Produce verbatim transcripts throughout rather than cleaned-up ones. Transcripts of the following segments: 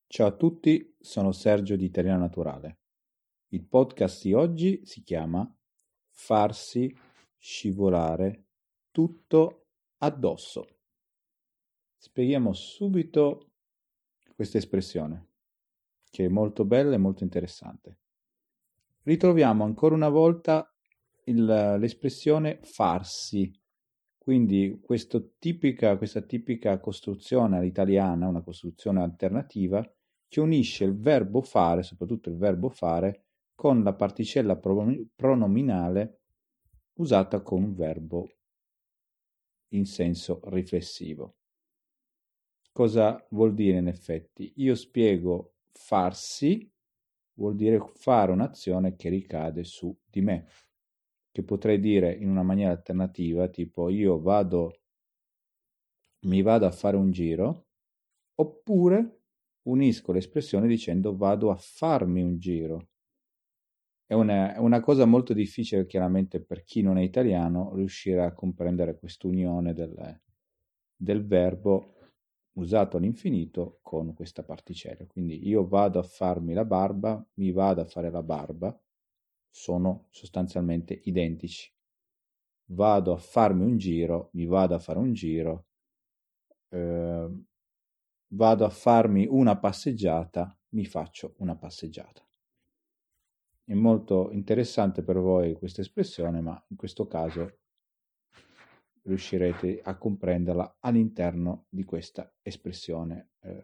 Ciao a tutti, sono Sergio di Italiano Naturale. Il podcast di oggi si chiama Farsi scivolare tutto addosso. Spieghiamo subito questa espressione, che è molto bella e molto interessante. Ritroviamo ancora una volta il- l'espressione farsi, quindi questo tipica, questa tipica costruzione all'italiana, una costruzione alternativa, che unisce il verbo fare, soprattutto il verbo fare, con la particella pro- pronominale usata con un verbo in senso riflessivo. Cosa vuol dire in effetti? Io spiego farsi, vuol dire fare un'azione che ricade su di me, che potrei dire in una maniera alternativa, tipo io vado, mi vado a fare un giro, oppure unisco l'espressione dicendo vado a farmi un giro. È una, è una cosa molto difficile, chiaramente, per chi non è italiano, riuscire a comprendere quest'unione del, del verbo usato all'infinito con questa particella. Quindi io vado a farmi la barba, mi vado a fare la barba, sono sostanzialmente identici. Vado a farmi un giro, mi vado a fare un giro, eh, vado a farmi una passeggiata, mi faccio una passeggiata. È molto interessante per voi questa espressione, ma in questo caso riuscirete a comprenderla all'interno di questa espressione. Eh,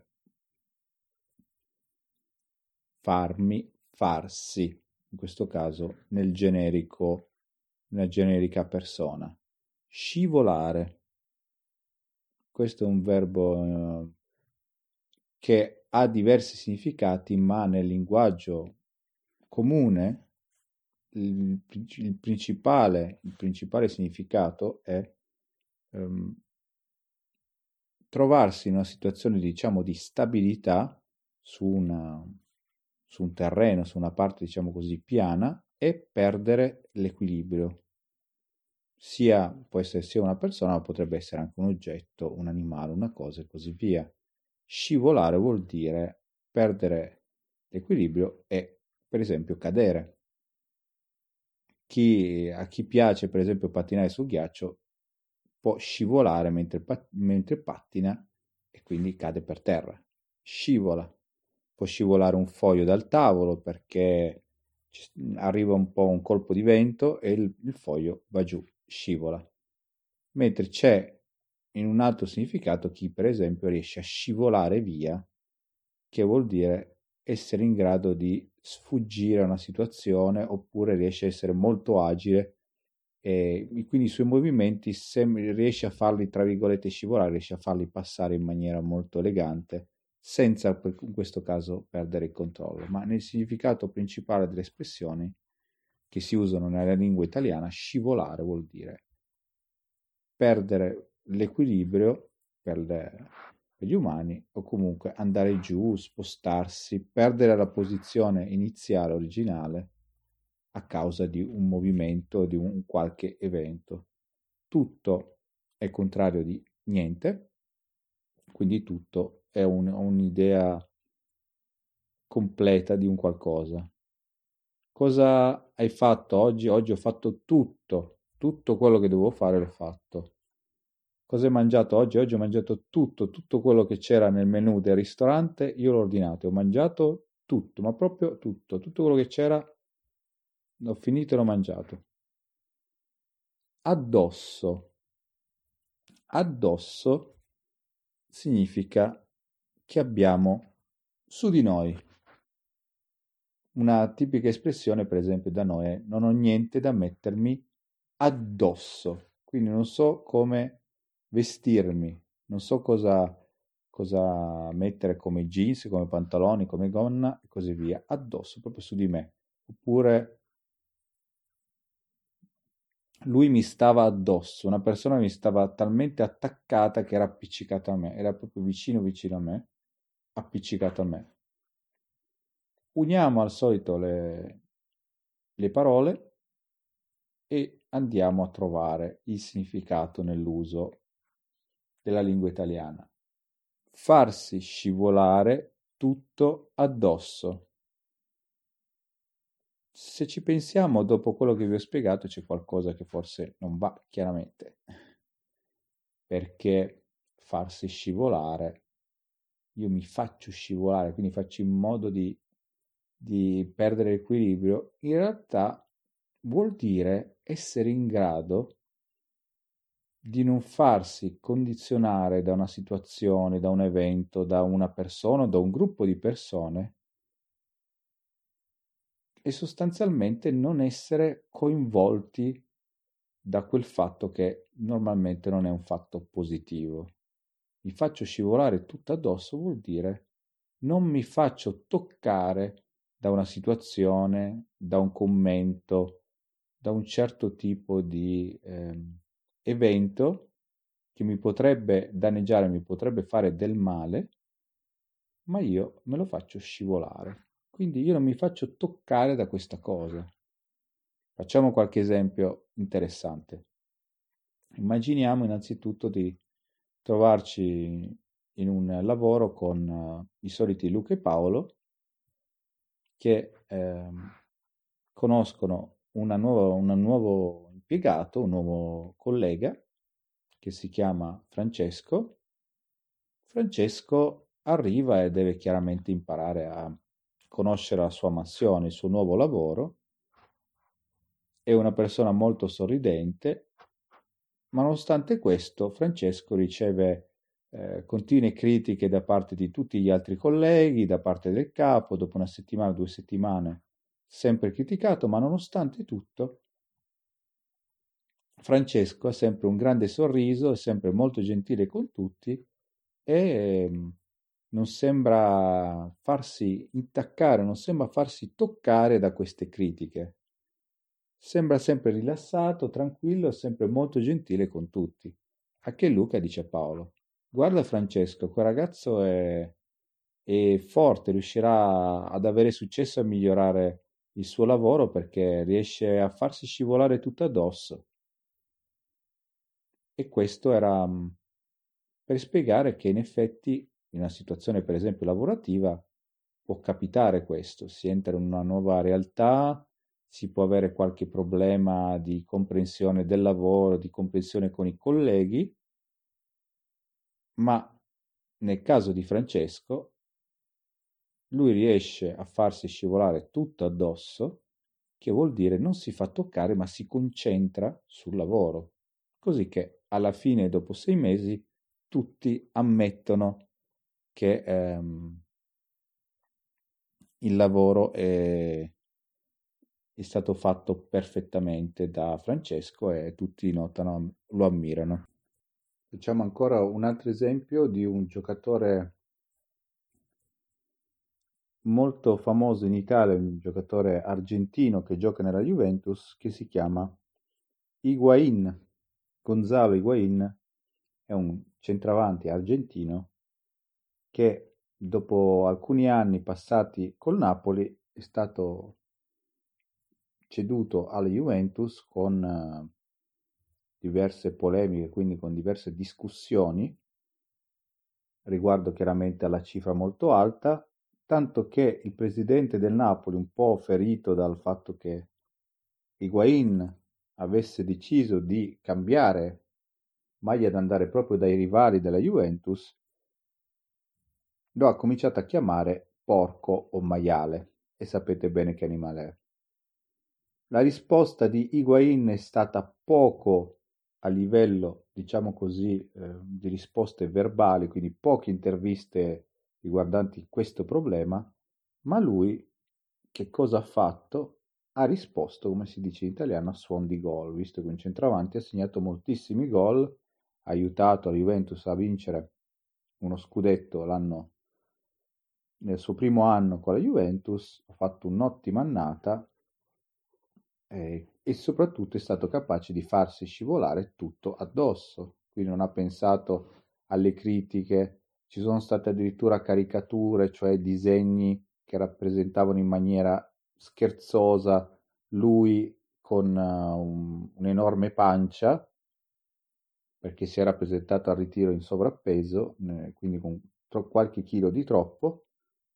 farmi, farsi, in questo caso nel generico, nella generica persona. Scivolare, questo è un verbo eh, che ha diversi significati, ma nel linguaggio comune il, il principale, il principale significato è ehm, trovarsi in una situazione, diciamo, di stabilità su una, su un terreno, su una parte, diciamo così, piana e perdere l'equilibrio. Sia, può essere sia una persona, ma potrebbe essere anche un oggetto, un animale, una cosa e così via. Scivolare vuol dire perdere l'equilibrio e, per esempio, cadere. Chi, a chi piace, per esempio, pattinare sul ghiaccio può scivolare mentre, pat- mentre pattina e quindi cade per terra. Scivola. Può scivolare un foglio dal tavolo perché ci- arriva un po' un colpo di vento e il, il foglio va giù, scivola. Mentre c'è in un altro significato chi, per esempio, riesce a scivolare via, che vuol dire essere in grado di sfuggire a una situazione oppure riesce a essere molto agile e quindi i suoi movimenti, se riesce a farli, tra virgolette, scivolare, riesce a farli passare in maniera molto elegante, senza in questo caso perdere il controllo. Ma nel significato principale delle espressioni che si usano nella lingua italiana, scivolare vuol dire perdere l'equilibrio per, le, per gli umani o comunque andare giù, spostarsi, perdere la posizione iniziale, originale, a causa di un movimento, di un qualche evento. Tutto è contrario di niente, quindi tutto è un, un'idea completa di un qualcosa. Cosa hai fatto oggi? Oggi ho fatto tutto, tutto quello che dovevo fare l'ho fatto. Cosa hai mangiato oggi? Oggi ho mangiato tutto, tutto quello che c'era nel menù del ristorante, io l'ho ordinato, ho mangiato tutto, ma proprio tutto, tutto quello che c'era, l'ho finito e l'ho mangiato. Addosso. Addosso significa che abbiamo su di noi. Una tipica espressione, per esempio, da noi è non ho niente da mettermi addosso, quindi non so come vestirmi, non so cosa, cosa mettere come jeans, come pantaloni, come gonna e così via, addosso, proprio su di me. Oppure lui mi stava addosso, una persona mi stava talmente attaccata che era appiccicata a me, era proprio vicino vicino a me, appiccicato a me. Uniamo al solito le, le parole e andiamo a trovare il significato nell'uso della lingua italiana. Farsi scivolare tutto addosso. Se ci pensiamo, dopo quello che vi ho spiegato, c'è qualcosa che forse non va, chiaramente, perché farsi scivolare, io mi faccio scivolare, quindi faccio in modo di, di perdere l'equilibrio, in realtà vuol dire essere in grado di non farsi condizionare da una situazione, da un evento, da una persona, da un gruppo di persone e sostanzialmente non essere coinvolti da quel fatto che normalmente non è un fatto positivo. Mi faccio scivolare tutto addosso vuol dire non mi faccio toccare da una situazione, da un commento, da un certo tipo di ehm, evento che mi potrebbe danneggiare, mi potrebbe fare del male, ma io me lo faccio scivolare. Quindi io non mi faccio toccare da questa cosa. Facciamo qualche esempio interessante. Immaginiamo innanzitutto di trovarci in un lavoro con eh, i soliti Luca e Paolo che ehm, conoscono una nuova- un nuovo impiegato, un nuovo collega che si chiama Francesco. Francesco arriva e deve chiaramente imparare a conoscere la sua mansione, il suo nuovo lavoro. È una persona molto sorridente, ma nonostante questo Francesco riceve eh, continue critiche da parte di tutti gli altri colleghi, da parte del capo, dopo una settimana, due settimane, sempre criticato, ma nonostante tutto Francesco ha sempre un grande sorriso, è sempre molto gentile con tutti e ehm, non sembra farsi intaccare, non sembra farsi toccare da queste critiche. Sembra sempre rilassato, tranquillo, sempre molto gentile con tutti. A che Luca dice a Paolo: Guarda Francesco, quel ragazzo è, è forte, riuscirà ad avere successo a migliorare il suo lavoro perché riesce a farsi scivolare tutto addosso. E questo era mh, per spiegare che in effetti in una situazione per esempio lavorativa può capitare questo, si entra in una nuova realtà, si può avere qualche problema di comprensione del lavoro, di comprensione con i colleghi, ma nel caso di Francesco lui riesce a farsi scivolare tutto addosso, che vuol dire non si fa toccare ma si concentra sul lavoro, così che alla fine, dopo sei mesi, tutti ammettono che ehm, il lavoro è, è stato fatto perfettamente da Francesco e tutti notano, lo ammirano. Facciamo ancora un altro esempio di un giocatore molto famoso in Italia, un giocatore argentino che gioca nella Juventus, che si chiama Higuaín. Gonzalo Higuaín è un centravanti argentino che dopo alcuni anni passati col Napoli è stato ceduto alla Juventus con eh, diverse polemiche, quindi con diverse discussioni riguardo chiaramente alla cifra molto alta, tanto che il presidente del Napoli, un po' ferito dal fatto che Higuaín avesse deciso di cambiare maglia ad andare proprio dai rivali della Juventus, lo ha cominciato a chiamare porco o maiale, e sapete bene che animale è. La risposta di Higuaín è stata poco a livello, diciamo così, eh, di risposte verbali, quindi poche interviste riguardanti questo problema, ma lui che cosa ha fatto? Ha risposto, come si dice in italiano, a suon di gol, visto che un centravanti ha segnato moltissimi gol, ha aiutato la Juventus a vincere uno scudetto l'anno nel suo primo anno con la Juventus, ha fatto un'ottima annata eh, e soprattutto è stato capace di farsi scivolare tutto addosso, quindi non ha pensato alle critiche, ci sono state addirittura caricature, cioè disegni che rappresentavano in maniera scherzosa lui con uh, un- un'enorme pancia, perché si era presentato al ritiro in sovrappeso, eh, quindi con tro- qualche chilo di troppo,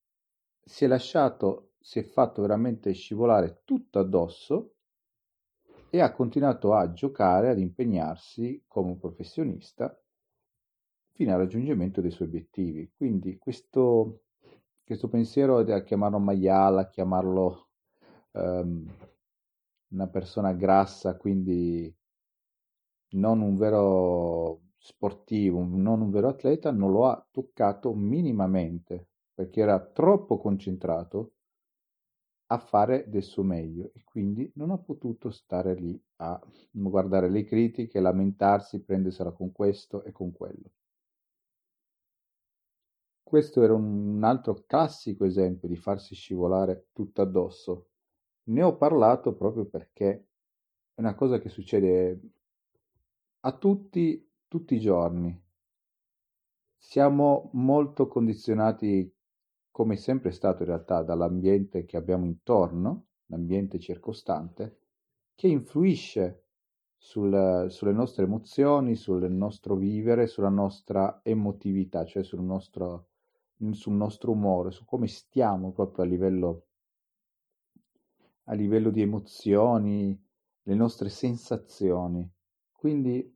si è lasciato, si è fatto veramente scivolare tutto addosso e ha continuato a giocare, ad impegnarsi come un professionista fino al raggiungimento dei suoi obiettivi. Quindi questo, questo pensiero da chiamarlo maiala, chiamarlo ehm, una persona grassa, quindi non un vero sportivo, non un vero atleta, non lo ha toccato minimamente, perché era troppo concentrato a fare del suo meglio e quindi non ha potuto stare lì a guardare le critiche, lamentarsi, prendersela con questo e con quello. Questo era un altro classico esempio di farsi scivolare tutto addosso. Ne ho parlato proprio perché è una cosa che succede a tutti, tutti i giorni. Siamo molto condizionati, come è sempre stato in realtà, dall'ambiente che abbiamo intorno, l'ambiente circostante, che influisce sul- sulle nostre emozioni, sul nostro vivere, sulla nostra emotività, cioè sul nostro, sul nostro umore, su come stiamo proprio a livello, a livello di emozioni, le nostre sensazioni. Quindi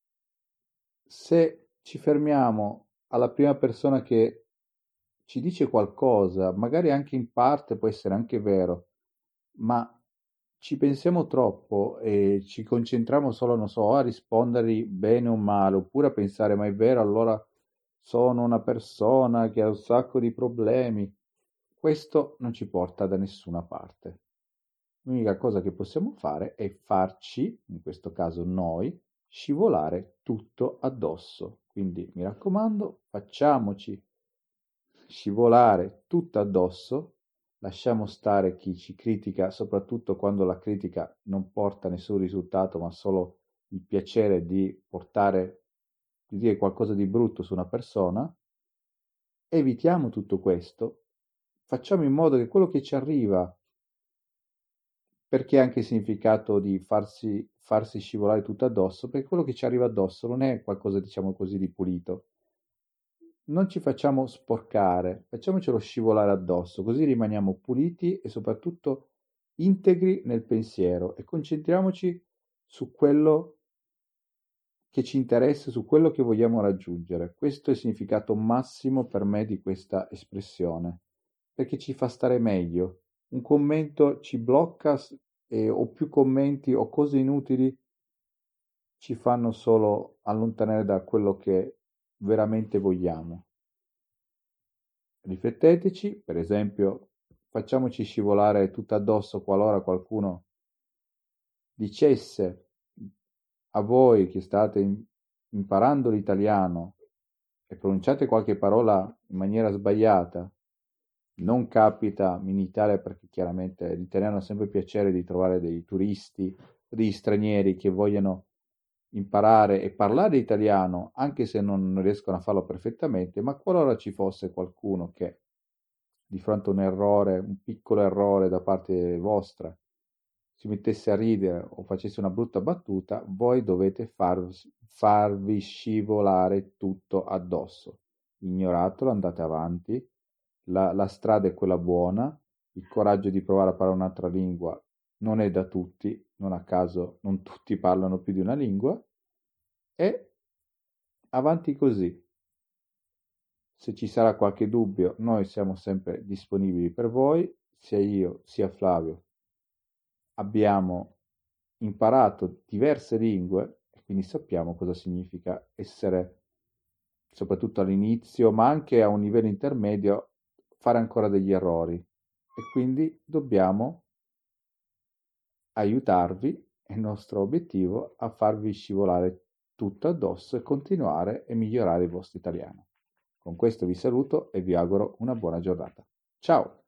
se ci fermiamo alla prima persona che ci dice qualcosa, magari anche in parte può essere anche vero, ma ci pensiamo troppo e ci concentriamo solo, non so, a rispondergli bene o male, oppure a pensare, ma è vero, allora sono una persona che ha un sacco di problemi. Questo non ci porta da nessuna parte. L'unica cosa che possiamo fare è farci, in questo caso noi, scivolare tutto addosso. Quindi mi raccomando, facciamoci scivolare tutto addosso, lasciamo stare chi ci critica, soprattutto quando la critica non porta nessun risultato, ma solo il piacere di portare, di dire qualcosa di brutto su una persona. Evitiamo tutto questo, facciamo in modo che quello che ci arriva, perché anche il significato di farsi, farsi scivolare tutto addosso, perché quello che ci arriva addosso non è qualcosa, diciamo così, di pulito. Non ci facciamo sporcare, facciamocelo scivolare addosso, così rimaniamo puliti e soprattutto integri nel pensiero e concentriamoci su quello che ci interessa, su quello che vogliamo raggiungere. Questo è il significato massimo per me di questa espressione, perché ci fa stare meglio. Un commento ci blocca s- e- o più commenti o cose inutili ci fanno solo allontanare da quello che veramente vogliamo. Rifletteteci, per esempio, facciamoci scivolare tutto addosso qualora qualcuno dicesse a voi che state im- imparando l'italiano e pronunciate qualche parola in maniera sbagliata. Non capita in Italia perché chiaramente l'italiano ha sempre piacere di trovare dei turisti o degli stranieri che vogliono imparare e parlare italiano, anche se non riescono a farlo perfettamente, ma qualora ci fosse qualcuno che di fronte a un errore, un piccolo errore da parte vostra, si mettesse a ridere o facesse una brutta battuta, voi dovete far- farvi scivolare tutto addosso. Ignoratelo, andate avanti, la, la strada è quella buona, il coraggio di provare a parlare un'altra lingua non è da tutti, non a caso non tutti parlano più di una lingua, e avanti così. Se ci sarà qualche dubbio, noi siamo sempre disponibili per voi, sia io sia Flavio abbiamo imparato diverse lingue e quindi sappiamo cosa significa essere, soprattutto all'inizio, ma anche a un livello intermedio, fare ancora degli errori e quindi dobbiamo aiutarvi, è il nostro obiettivo, a farvi scivolare tutto addosso e continuare e migliorare il vostro italiano. Con questo vi saluto e vi auguro una buona giornata. Ciao!